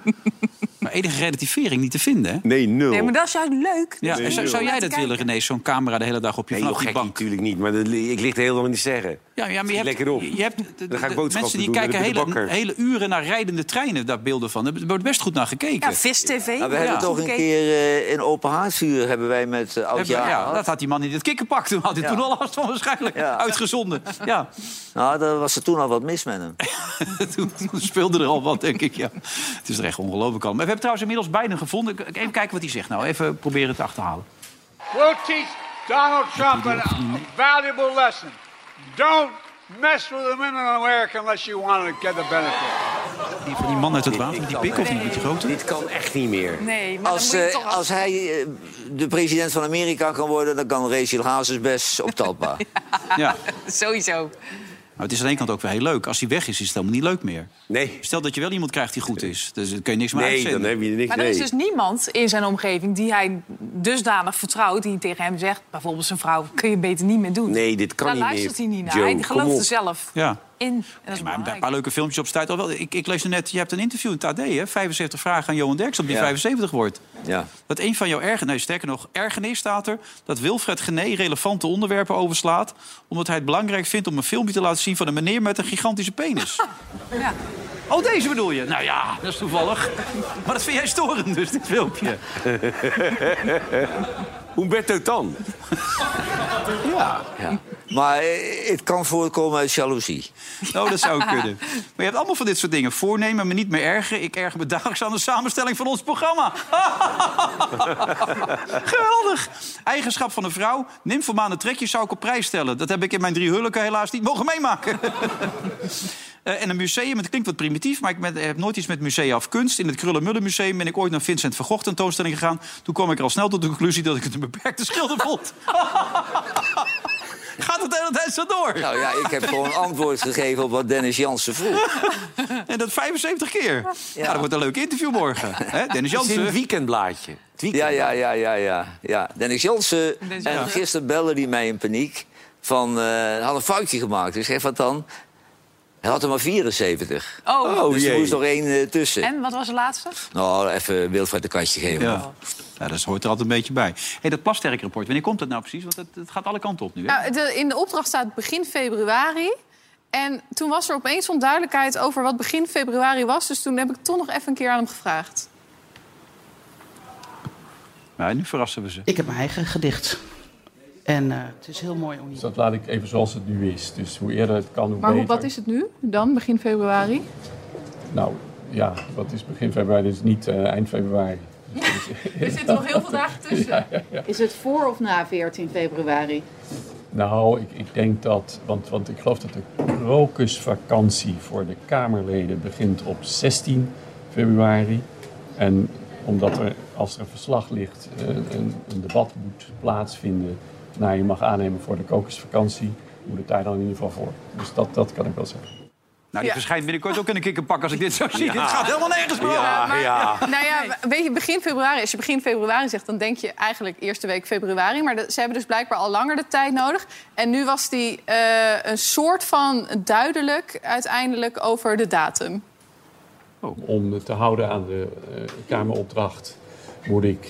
Maar enige relativering niet te vinden, hè? Nee, nul. Nee, maar dat is juist leuk. Ja. Nee, zou jij dat willen, René? Zo'n camera de hele dag op je vanaf die bank? Natuurlijk niet, maar ik lig er helemaal niet zeggen. Ja, maar je hebt, lekker op. Je hebt Dan ga ik boodschappen mensen die doen, kijken hele uren naar rijdende treinen, daar beelden van. Er wordt best goed naar gekeken. Ja, Vis-TV. Nou, we hebben toch een keer in Open Haardvuur hebben wij met Oud-jaar. Ja, dat had die man in het kikkerpak. Toen had hij toen al last van waarschijnlijk uitgezonden. Ja. Nou, daar was er toen al wat mis met hem. toen speelde er al wat, denk ik. Ja. Het is er echt ongelooflijk al. Maar we hebben trouwens inmiddels Biden gevonden. Even kijken wat hij zegt nou. Even proberen het te achterhalen. We'll teach Donald Trump a valuable lesson. Don't mess with the women in America unless you want to get the benefit. Die man uit het water, die pik of die beetje grote? Dit kan echt niet meer. Nee, maar als hij de president van Amerika kan worden, dan kan Rachel Hazes best op Talpa. Ja. Sowieso. Maar het is aan de ene kant ook weer heel leuk. Als hij weg is het helemaal niet leuk meer. Nee. Stel dat je wel iemand krijgt die goed is. Dus dan kun je niks meer uitzenden. Nee, dan heb je niks. Maar er is dus niemand in zijn omgeving die hij dusdanig vertrouwt... die tegen hem zegt, bijvoorbeeld zijn vrouw, kun je beter niet meer doen. Nee, dit kan niet meer. Daar luistert hij niet naar. Joe, hij gelooft er zelf in. Maar een paar leuke filmpjes op tijd al wel. Ik lees nu net, je hebt een interview in het AD, hè? 75 vragen aan Johan Derksen, op die 75 wordt. Ja. Dat een van jouw ergernis staat er... dat Wilfred Genee relevante onderwerpen overslaat... omdat hij het belangrijk vindt om een filmpje te laten zien... van een meneer met een gigantische penis. Ja. Oh, deze bedoel je? Nou ja, dat is toevallig. Maar dat vind jij storend, dus, dit filmpje. Humberto Tan. Ja. Maar het kan voorkomen uit jaloezie. Nou, dat zou kunnen. Maar je hebt allemaal van dit soort dingen. Voornemen, me niet meer ergeren. Ik erger me dagelijks aan de samenstelling van ons programma. Geweldig. Eigenschap van een vrouw. Nymphomane trekjes zou ik op prijs stellen. Dat heb ik in mijn 3 huwelijken helaas niet mogen meemaken. En een museum, het klinkt wat primitief... maar ik heb nooit iets met Musea of Kunst. In het Krullenmullen Museum ben ik ooit naar Vincent van Gogh tentoonstelling gegaan. Toen kwam ik er al snel tot de conclusie dat ik het een beperkte schilder vond. Gaat het de hele gaat hij zo door. Nou ja, ik heb gewoon antwoord gegeven op wat Dennis Jansen vroeg. En dat 75 keer. Ja, dat wordt een leuk interview morgen. Hè? Dennis Jansen. Het is een weekendblaadje. Ja. Dennis Jansen. En gisteren belde hij mij in paniek. Hij had een foutje gemaakt. Dus ik zeg, wat dan? Hij had er maar 74. Dus er moest nog 1 tussen. En wat was de laatste? Nou, even Wilfred een kantje geven. Ja, dat hoort er altijd een beetje bij. Dat Plasterk-rapport, wanneer komt dat nou precies? Want het gaat alle kanten op nu. Hè? Nou, in de opdracht staat begin februari. En toen was er opeens onduidelijkheid over wat begin februari was. Dus toen heb ik toch nog even een keer aan hem gevraagd. Ja, nu verrassen we ze. Ik heb mijn eigen gedicht. En het is heel mooi om... Dus dat laat ik even zoals het nu is. Dus hoe eerder het kan, hoe beter. Maar wat is het nu dan, begin februari? Nou, ja, wat is begin februari? Dat is niet eind februari. Er zitten nog heel veel dagen tussen. Ja. Is het voor of na 14 februari? Nou, ik denk dat... Want ik geloof dat de krokusvakantie voor de Kamerleden begint op 16 februari. En omdat als er een verslag ligt, een debat moet plaatsvinden... Nou, je mag aannemen voor de krokusvakantie, moet het daar dan in ieder geval voor. Dus dat kan ik wel zeggen. Nou, die verschijnt binnenkort ook in een kikkerpak als ik dit zo zie. Dit gaat helemaal nergens meer. Nou ja, weet je, begin februari. Als je begin februari zegt, dan denk je eigenlijk eerste week februari. Maar ze hebben dus blijkbaar al langer de tijd nodig. En nu was die een soort van duidelijk uiteindelijk over de datum. Om te houden aan de Kameropdracht moet ik,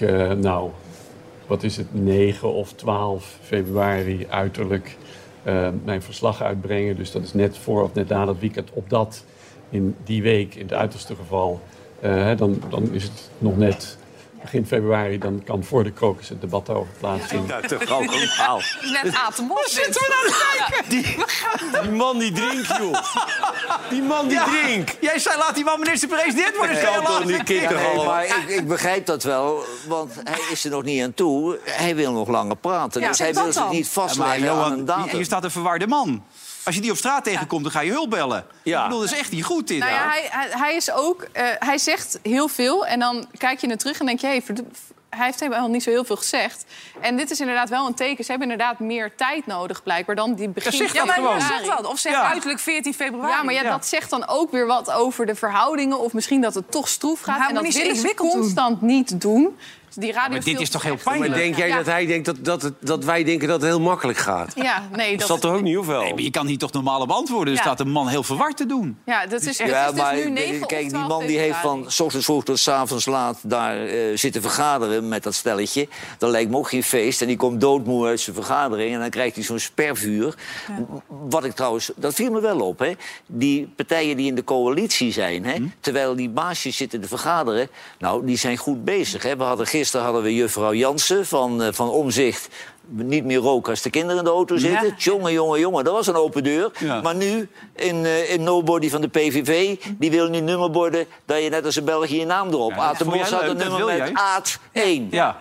wat is het, 9 of 12 februari uiterlijk mijn verslag uitbrengen. Dus dat is net voor of net na dat weekend. In die week, in het uiterste geval, dan is het nog net begin februari. Dan kan voor de krokus het debat daarover plaatsvinden. Ja, toch ook een verhaal. Het is net Atenbos. Zitten we nou te kijken? Die man die drinkt, joh. Die man die drinkt. Jij zei, laat die man minister-president worden. Maar ik begrijp dat wel, want hij is er nog niet aan toe. Hij wil nog langer praten, dus hij wil zich niet vastleggen aan een datum. Hier staat een verwarde man. Als je die op straat tegenkomt, dan ga je hulp bellen. Ja. Ik bedoel, dat is echt niet goed, dit. Nou ja, hij is ook... hij zegt heel veel en dan kijk je naar terug en denk je... hij heeft helemaal niet zo heel veel gezegd. En dit is inderdaad wel een teken. Ze hebben inderdaad meer tijd nodig, blijkbaar, dan die begin... Zeg dat. Of zeg uiterlijk 14 februari. Ja, maar dat zegt dan ook weer wat over de verhoudingen... of misschien dat het toch stroef gaat. En dat willen ze constant niet doen. Die maar dit is toch heel pijnlijk? Maar denk jij dat hij denkt dat wij denken dat het heel makkelijk gaat? Ja, nee. Dat toch ook niet, of wel? Nee, maar je kan hier toch normaal op antwoorden. Er staat een man heel verward te doen. Ja, dat is maar dus nu 9 kijk, die man die heeft van 's ochtends vroeg tot 's avonds laat daar zitten vergaderen met dat stelletje. Dat lijkt me ook geen feest. En die komt doodmoe uit zijn vergadering en dan krijgt hij zo'n spervuur. Ja. Wat ik trouwens, dat viel me wel op, hè. Die partijen die in de coalitie zijn, hè, terwijl die baasjes zitten te vergaderen, nou, die zijn goed bezig, hè. Gisteren hadden we juffrouw Jansen van Omzicht. Niet meer roken als de kinderen in de auto zitten. Ja. Jongen, dat was een open deur. Ja. Maar nu, in Nobody van de PVV... die wil nu nummerborden dat je net als in België je naam erop. Ja, Atenbos had een nummer met Aad 1. Ja.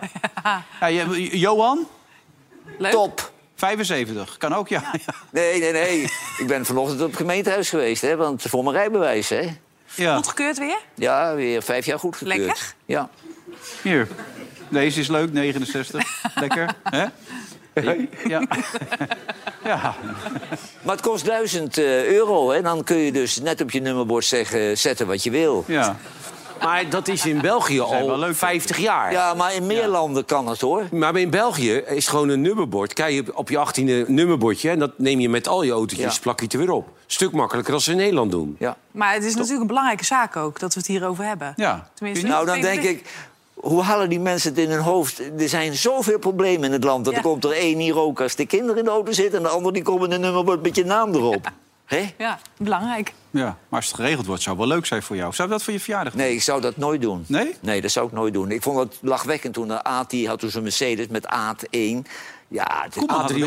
Johan? Leuk. Top. 75, kan ook, ja. Nee. Ik ben vanochtend op het gemeentehuis geweest, hè, want voor mijn rijbewijs, hè. Ja. Goedgekeurd weer? Ja, weer 5 jaar goedgekeurd. Lekker? Ja. Hier. Deze is leuk, 69. Lekker, hè? Ja. Ja. Maar het kost €1000, hè? Dan kun je dus net op je nummerbord zetten wat je wil. Ja. Maar dat is in België al 50 jaar. Ja, maar in meer landen kan het, hoor. Maar in België is gewoon een nummerbord. Kijk je op je 18e nummerbordje... en dat neem je met al je autootjes, plak je het er weer op. Stuk makkelijker als ze in Nederland doen. Ja. Maar het is natuurlijk een belangrijke zaak ook, dat we het hierover hebben. Ja. Tenminste, nou, dan denk ik... Hoe halen die mensen het in hun hoofd? Er zijn zoveel problemen in het land. Dat er komt er één hier ook als de kinderen in de auto zitten... en de ander die komt in een nummerbord met je naam erop. Ja, belangrijk. Ja, maar als het geregeld wordt, zou wel leuk zijn voor jou. Zou dat voor je verjaardag doen? Nee, ik zou dat nooit doen. Nee? Nee, dat zou ik nooit doen. Ik vond het lachwekkend toen de Aad, die had toen zo'n Mercedes met Aad 1... Ja, het is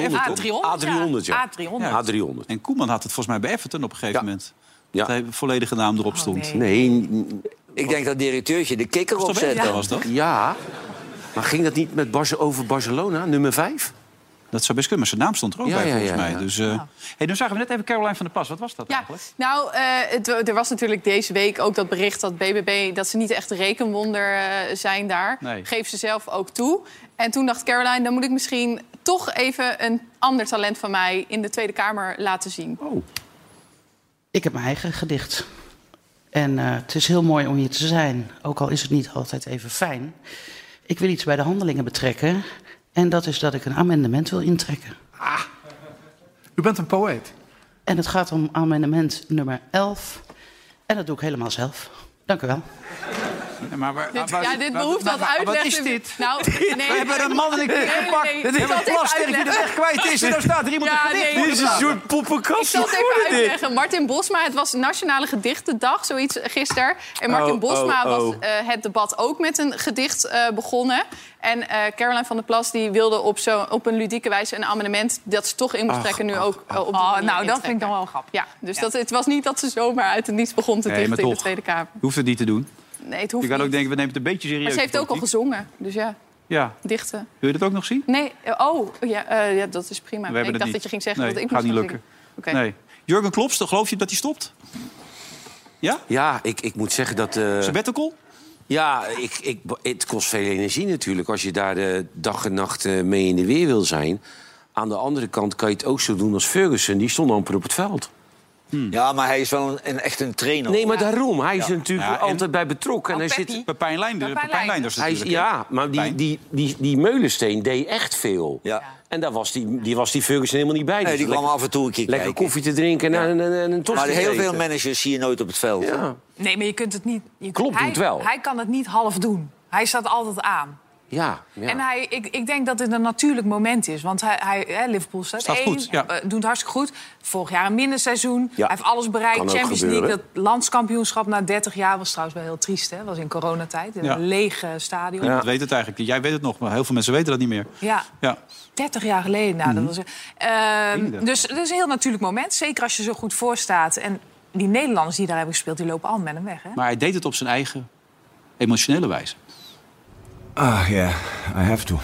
A300. A300. En Koeman had het volgens mij bij Everton op een gegeven moment. Dat hij volledige naam erop stond. Nee. Ik denk dat directeurtje de kikker opzette. Was dat? Ja. Maar ging dat niet met over Barcelona, nummer 5? Dat zou best kunnen, maar zijn naam stond er ook bij volgens mij. Dus, nu zagen we net even Caroline van der Plas. Wat was dat eigenlijk? Nou, er was natuurlijk deze week ook dat bericht dat BBB... dat ze niet echt een rekenwonder zijn daar. Nee. Geeft ze zelf ook toe. En toen dacht Caroline, dan moet ik misschien toch even een ander talent van mij... in de Tweede Kamer laten zien. Oh. Ik heb mijn eigen gedicht. En het is heel mooi om hier te zijn. Ook al is het niet altijd even fijn. Ik wil iets bij de handelingen betrekken... En dat is dat ik een amendement wil intrekken. U bent een poëet. En het gaat om amendement nummer 11. En dat doe ik helemaal zelf. Dank u wel. Dit behoeft wat uitleg. Wat is dit? Nou, we hebben een man en een kind gepakt. Dit is een plaster die de weg kwijt is. En daar staat er iemand een gedicht. Dit is een soort poppenkast. Ik zal het even uitleggen. Martin Bosma, het was Nationale Gedichtendag, zoiets gisteren. En Martin Bosma was het debat ook met een gedicht begonnen. En Caroline van der Plas die wilde op een ludieke wijze een amendement... dat ze toch in moest trekken nu ook op die nou, dat vind ik dan wel grappig. Ja, dus het was niet dat ze zomaar uit het niets begon te dichten in de Tweede Kamer. Je hoeft het niet te doen. Nee, het hoeft je kan niet. ook denken, we nemen het een beetje serieus. Maar ze heeft ook al gezongen, dus ja. Dichten. Wil je dat ook nog zien? Nee, dat is prima. Ik dacht dat je ging zeggen dat ik gaat niet lukken. Okay. Nee. Jurgen Klops, geloof je dat hij stopt? Ja? Ja, ik moet zeggen dat... Sabbatical? Ja, het kost veel energie natuurlijk. Als je daar de dag en nacht mee in de weer wil zijn. Aan de andere kant kan je het ook zo doen als Ferguson. Die stond amper op het veld. Ja, maar hij is wel echt een trainer. Nee, maar daarom. Hij is er natuurlijk altijd bij betrokken. En hij zit Pepijn Leinders natuurlijk. Ja, maar die Meulensteen deed echt veel. Ja. En daar was die Ferguson helemaal niet bij. Nee, die kwam af en toe een keer lekker koffie te drinken en een tosti. Maar heel veel managers zie je nooit op het veld. Ja. Nee, maar je kunt het niet... Klopt, doet wel. Hij kan het niet half doen. Hij staat altijd aan. Ja. En ik denk dat het een natuurlijk moment is. Want Liverpool staat 1, goed, doet het hartstikke goed. Vorig jaar een minder-seizoen. Ja. Hij heeft alles bereikt. Kan Champions League, dat landskampioenschap na 30 jaar... was trouwens wel heel triest, hè? Was in coronatijd. In een leeg stadion. Ja. Weet het eigenlijk. Jij weet het nog, maar heel veel mensen weten dat niet meer. Ja. 30 jaar geleden. Nou, dat was, dus het is een heel natuurlijk moment. Zeker als je zo goed voor staat. En die Nederlanders die daar hebben gespeeld, die lopen allemaal met hem weg. Hè? Maar hij deed het op zijn eigen emotionele wijze. Yeah, I have to.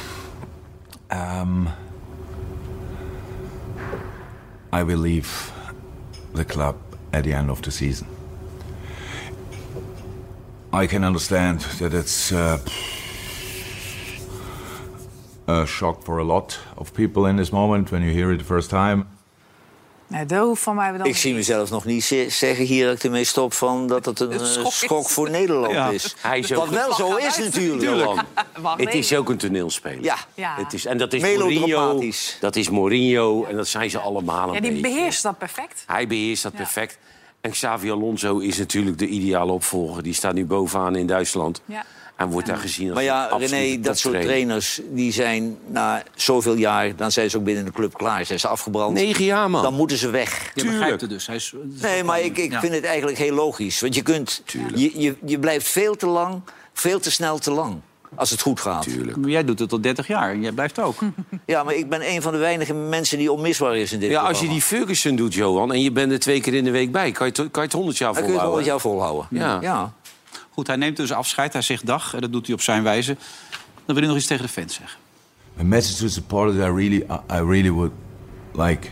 I will leave the club at the end of the season. I can understand that it's a shock for a lot of people in this moment when you hear it the first time. Nee, dat hoeft van mij dan ik zie mezelf nog niet zeggen hier dat ik ermee stop van dat het een schok voor Nederland is. Wat wel zo is natuurlijk. Het is ook een toneelspeler. Ja. Het is, en dat is Mourinho. Dat is Mourinho en dat zijn ze allemaal een beetje. Die beheerst dat perfect. Hij beheerst dat perfect. En Xavi Alonso is natuurlijk de ideale opvolger. Die staat nu bovenaan in Duitsland. Ja. En wordt daar gezien als René, dat soort trainers die zijn na zoveel jaar... dan zijn ze ook binnen de club klaar. Zijn ze afgebrand. 9 jaar, man. Dan moeten ze weg. Je begrijpt het dus. Nee, maar ik vind het eigenlijk heel logisch. Want je kunt... Je blijft veel te lang, veel te snel te lang. Als het goed gaat. Tuurlijk. Maar jij doet het al 30 jaar en jij blijft ook. Ja, maar ik ben een van de weinige mensen die onmisbaar is in dit programma. Als je die Ferguson doet, Johan, en je bent er 2 keer in de week bij... kan je het 100 jaar volhouden. Dan kun je het 100 jaar volhouden. Ja. Goed, hij neemt dus afscheid. Hij zegt dag. En dat doet hij op zijn wijze. Dan wil hij nog iets tegen de fans zeggen. A message to supporters, I really would like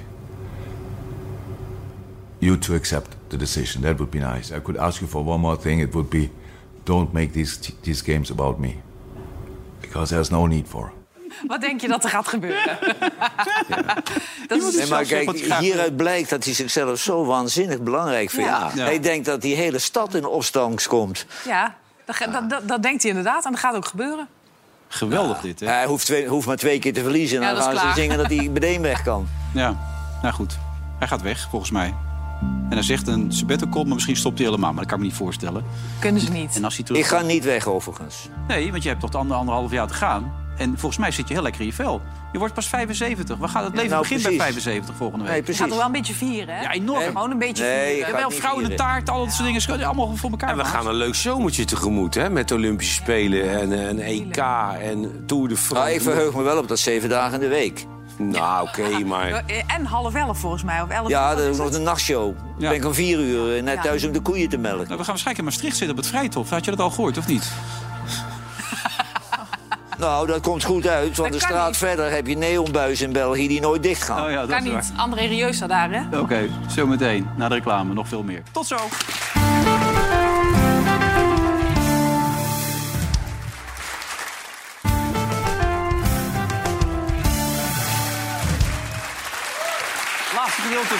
you to accept the decision. That would be nice. I could ask you for one more thing. It would be, don't make these games about me. Because there's no need for. Wat denk je dat er gaat gebeuren? Maar kijk, hieruit blijkt dat hij zichzelf zo waanzinnig belangrijk vindt. Ja. Hij denkt dat die hele stad in opstand komt. Ja, dat denkt hij inderdaad en dat gaat ook gebeuren. Geweldig dit, hè? Hij hoeft maar 2 keer te verliezen en dan gaan ze zingen dat hij meteen weg kan. Ja, nou goed. Hij gaat weg, volgens mij. En hij zegt een sabbatical, maar misschien stopt hij helemaal. Maar dat kan ik me niet voorstellen. Kunnen ze niet. En als hij Ik ga niet weg, overigens. Nee, want je hebt toch 1,5 jaar te gaan. En volgens mij zit je heel lekker in je vel. Je wordt pas 75. We gaan het leven begint bij 75 volgende week. Nee, precies. Je gaat er wel een beetje vieren, hè? Ja, enorm. Gewoon een beetje vieren. Je hebt wel vrouwen in de taart, al dat soort dingen. Allemaal voor elkaar. En we gaan een leuk zomertje tegemoet, hè? Met de Olympische Spelen en een EK en Tour de France. Ik verheug me wel op dat 7 dagen in de week. Nou, oké, maar... En 10:30 volgens mij, of 11 Ja, dat is nog een nachtshow. Ben ik om 4 uur net thuis om de koeien te melken. Nou, we gaan waarschijnlijk in Maastricht zitten op het Vrijthof. Had je dat al gehoord, of niet? Nou, dat komt goed uit, want de straat verder heb je neonbuizen in België die nooit dicht gaan. Oh ja, dat kan is niet. André Rieu staat daar, hè? Oké, zometeen. Na de reclame nog veel meer. Tot zo. Laatste gedeelte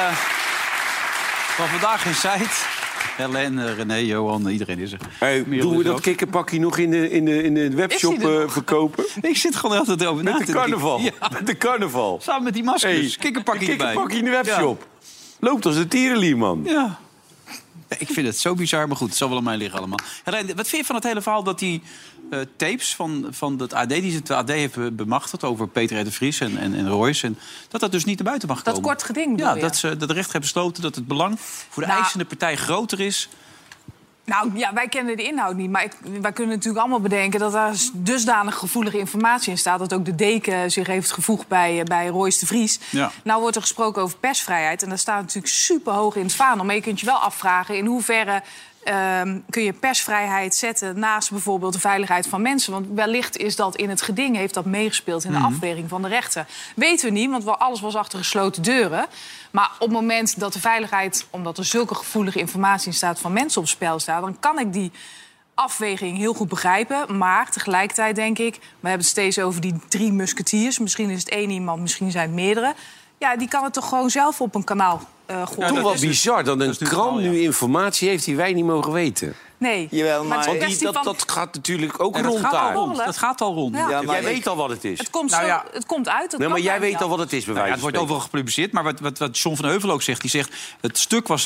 van Vandaag in Zijd. Helene, René, Johan, iedereen is er. Hey, doen we dat kikkerpakje nog in de webshop verkopen? Ik zit gewoon altijd over na te denken. Carnaval. Ja. Met de carnaval. Samen met die maskers. Kikkerpakje erbij. Kikkerpakje in de webshop. Ja. Loopt als een tierenlier, man. Ja. Ik vind het zo bizar, maar goed, het zal wel aan mij liggen allemaal. Helene, wat vind je van het hele verhaal dat die tapes van het AD... die het AD heeft bemachtigd over Peter R. de Vries en Royce... en dat dus niet naar buiten mag komen? Dat kort geding, ja, dat de rechter heeft besloten dat het belang voor de eisende partij groter is... Nou ja, wij kennen de inhoud niet. Maar wij kunnen natuurlijk allemaal bedenken dat daar dusdanig gevoelige informatie in staat... dat ook de deken zich heeft gevoegd bij Royce de Vries. Ja. Nou wordt er gesproken over persvrijheid. En dat staat natuurlijk super hoog in het vaandel. Maar je kunt je wel afvragen in hoeverre... kun je persvrijheid zetten naast bijvoorbeeld de veiligheid van mensen. Want wellicht is dat in het geding, heeft dat meegespeeld in de afweging van de rechter. Weten we niet, want alles was achter gesloten deuren. Maar op het moment dat de veiligheid, omdat er zulke gevoelige informatie in staat van mensen op spel staat, dan kan ik die afweging heel goed begrijpen. Maar tegelijkertijd denk ik, we hebben het steeds over die 3 musketiers. Misschien is het 1 iemand, misschien zijn het meerdere. Ja, die kan het toch gewoon zelf op een kanaal gooien. Toen wel bizar dat een krant nu informatie heeft die wij niet mogen weten. Nee. Jawel, maar dat gaat natuurlijk ook rond daar. Dat gaat al rond. Ja, maar jij weet al wat het is. Het komt, het komt uit. Nee, maar jij weet al wat het is, bij wijze van het wordt overal gepubliceerd. Maar wat John van Heuvel ook zegt... die zegt, het stuk was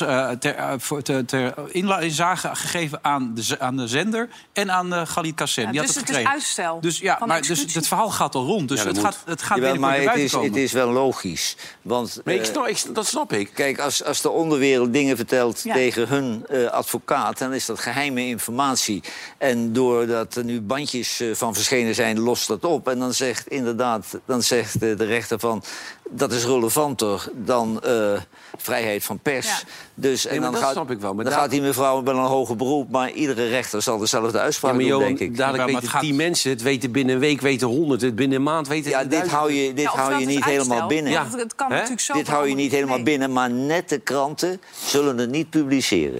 ter inzage gegeven aan de zender... en aan Khalid Kassem. Ja, die dus had het is gekregen. uitstel. Dus het verhaal gaat al rond. Dus het gaat binnenkort maar naar buiten komen. Het is wel logisch. Want, dat snap ik. Kijk, als de onderwereld dingen vertelt tegen hun advocaat... dan is dat geheime informatie. En doordat er nu bandjes van verschenen zijn, lost dat op. En dan zegt de rechter van... dat is relevanter dan vrijheid van pers. Ja. Dus, en dan snap ik wel. Maar dan gaat die mevrouw wel een hoger beroep... maar iedere rechter zal dezelfde uitspraak doen, denk ik. Dadelijk weten 10 mensen het, weten binnen een week weten 100... het binnen een maand weten... Ja, dit hou je niet helemaal binnen. Ja. Het kan natuurlijk zo dit hou je niet helemaal binnen, maar net de kranten zullen het niet publiceren.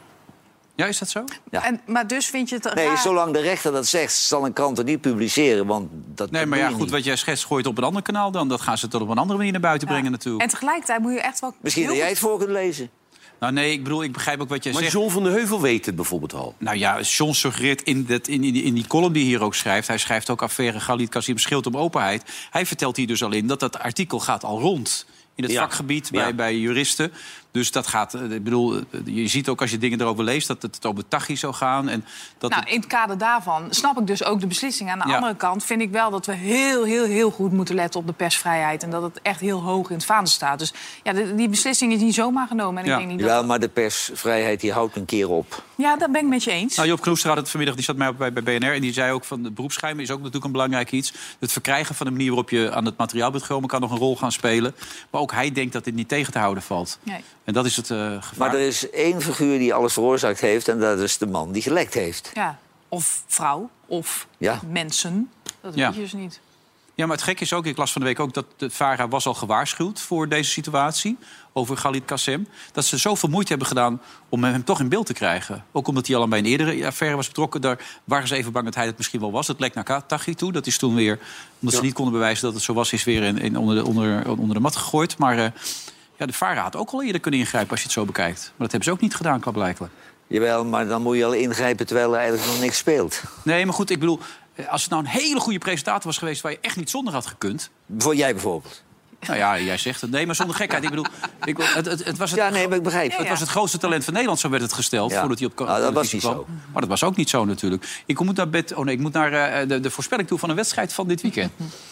Ja, is dat zo? Ja. Maar dus vind je het raar... Nee, zolang de rechter dat zegt, zal een krant het niet publiceren. Want dat nee, maar ja, goed, wat jij schetst, gooi het op een ander kanaal dan. Dat gaan ze tot op een andere manier naar buiten brengen natuurlijk. En tegelijkertijd moet je echt wel... Misschien dat jij het voor kunt lezen. Nou nee, ik begrijp ook wat jij zegt. Maar John van de Heuvel weet het bijvoorbeeld al. Nou ja, John suggereert in die column die hij hier ook schrijft... hij schrijft ook affaire Khalid Kassem scheelt om openheid. Hij vertelt hier dus al in dat artikel gaat al rond... in het vakgebied bij juristen. Dus dat gaat, ik bedoel, je ziet ook als je dingen erover leest... dat het over Taghi zou gaan. En dat in het kader daarvan snap ik dus ook de beslissing. Aan de andere kant vind ik wel dat we heel goed moeten letten op de persvrijheid. En dat het echt heel hoog in het vaandel staat. Dus ja, die beslissing is niet zomaar genomen. En ik denk niet maar de persvrijheid die houdt een keer op. Ja, dat ben ik met je eens. Nou, Job Knoester had het vanmiddag, die zat mij bij BNR... en die zei ook van, het beroepsgeheim is ook natuurlijk een belangrijk iets. Het verkrijgen van de manier waarop je aan het materiaal bent gekomen... kan nog een rol gaan spelen. Maar ook hij denkt dat dit niet tegen te houden valt. Nee. En dat is het gevaar. Maar er is 1 figuur die alles veroorzaakt heeft... en dat is de man die gelekt heeft. Ja, of vrouw, of mensen. Dat weet je dus niet. Ja, maar het gekke is ook, ik las van de week ook... dat de VARA was al gewaarschuwd voor deze situatie... over Khalid Kassem. Dat ze zoveel moeite hebben gedaan om hem toch in beeld te krijgen. Ook omdat hij al bij een eerdere affaire was betrokken. Daar waren ze even bang dat hij het misschien wel was. Dat lekt naar Taghi toe. Dat is toen weer, omdat ze niet konden bewijzen dat het zo was... is weer onder de mat gegooid. Maar de VARA had ook al eerder kunnen ingrijpen als je het zo bekijkt. Maar dat hebben ze ook niet gedaan, klaarblijkelijk. Jawel, maar dan moet je al ingrijpen terwijl er eigenlijk nog niks speelt. Nee, maar goed, ik bedoel... Als het nou een hele goede presentator was geweest... waar je echt niet zonder had gekund... Jij bijvoorbeeld? Nou ja, jij zegt het. Nee, maar zonder gekheid. Ik bedoel, het was maar ik begrijp. Het was het grootste talent van Nederland, zo werd het gesteld. Voordat hij op dat was niet zo. Maar dat was ook niet zo natuurlijk. Ik moet naar de voorspelling toe van een wedstrijd van dit weekend.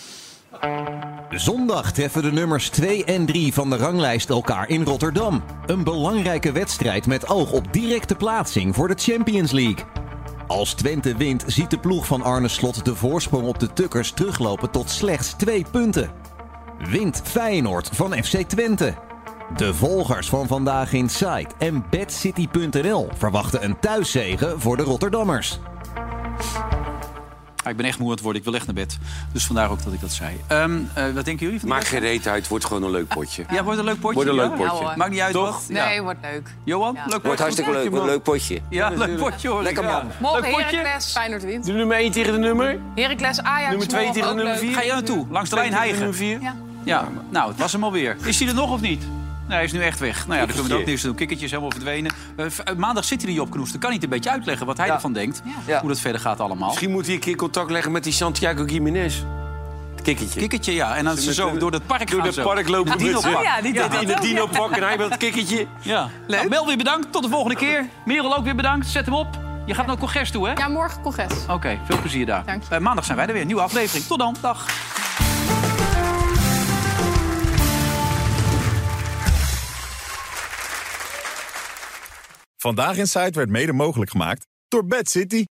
Zondag treffen de nummers 2 en 3 van de ranglijst elkaar in Rotterdam. Een belangrijke wedstrijd met oog op directe plaatsing voor de Champions League. Als Twente wint, ziet de ploeg van Arne Slot de voorsprong op de Tukkers teruglopen tot slechts 2 punten. Wint Feyenoord van FC Twente. De volgers van Vandaag in Zijd en BadCity.nl verwachten een thuiszege voor de Rotterdammers. Ja, ik ben echt moe aan het worden. Ik wil echt naar bed. Dus vandaar ook dat ik dat zei. Wat denken jullie van Maak geen reet uit. Wordt gewoon een leuk potje. Ja, wordt een leuk potje. Wordt een leuk potje. Maakt niet uit Toch? wat. Nee, wordt leuk. Johan, leuk potje. Wordt hartstikke leuk. Wordt een leuk potje. Ja, leuk potje hoor. Lekker man. Morgen Heracles. Feyenoord wint. De nummer 1 tegen de nummer? Heracles Ajax. Nummer 2 tegen de nummer 4? Ga je er naartoe? Langs de lijn hijgen. Nummer 4? Ja, nou, het was hem alweer. Is hij er nog of niet? Nee, hij is nu echt weg. Nou ja, dan kunnen we ook niks doen. Kikkertje is helemaal verdwenen. Maandag zit hij hier op Knoester. Kan hij het een beetje uitleggen wat hij ervan denkt? Ja. Hoe dat verder gaat allemaal. Misschien moet hij een keer contact leggen met die Santiago Gimenez. Het kikkertje. Kikkertje, ja. En dan ze zo door het park gaan. Door het park lopen met in de dino-pak en hij met het kikkertje. Ja. Nou, Mel weer bedankt. Tot de volgende keer. Merel ook weer bedankt. Zet hem op. Je gaat naar het congres toe, hè? Ja, morgen congres. Oké, veel plezier daar. Maandag zijn wij er weer. Nieuwe aflevering. Tot dan. Dag. Vandaag in Site werd mede mogelijk gemaakt door Bad City.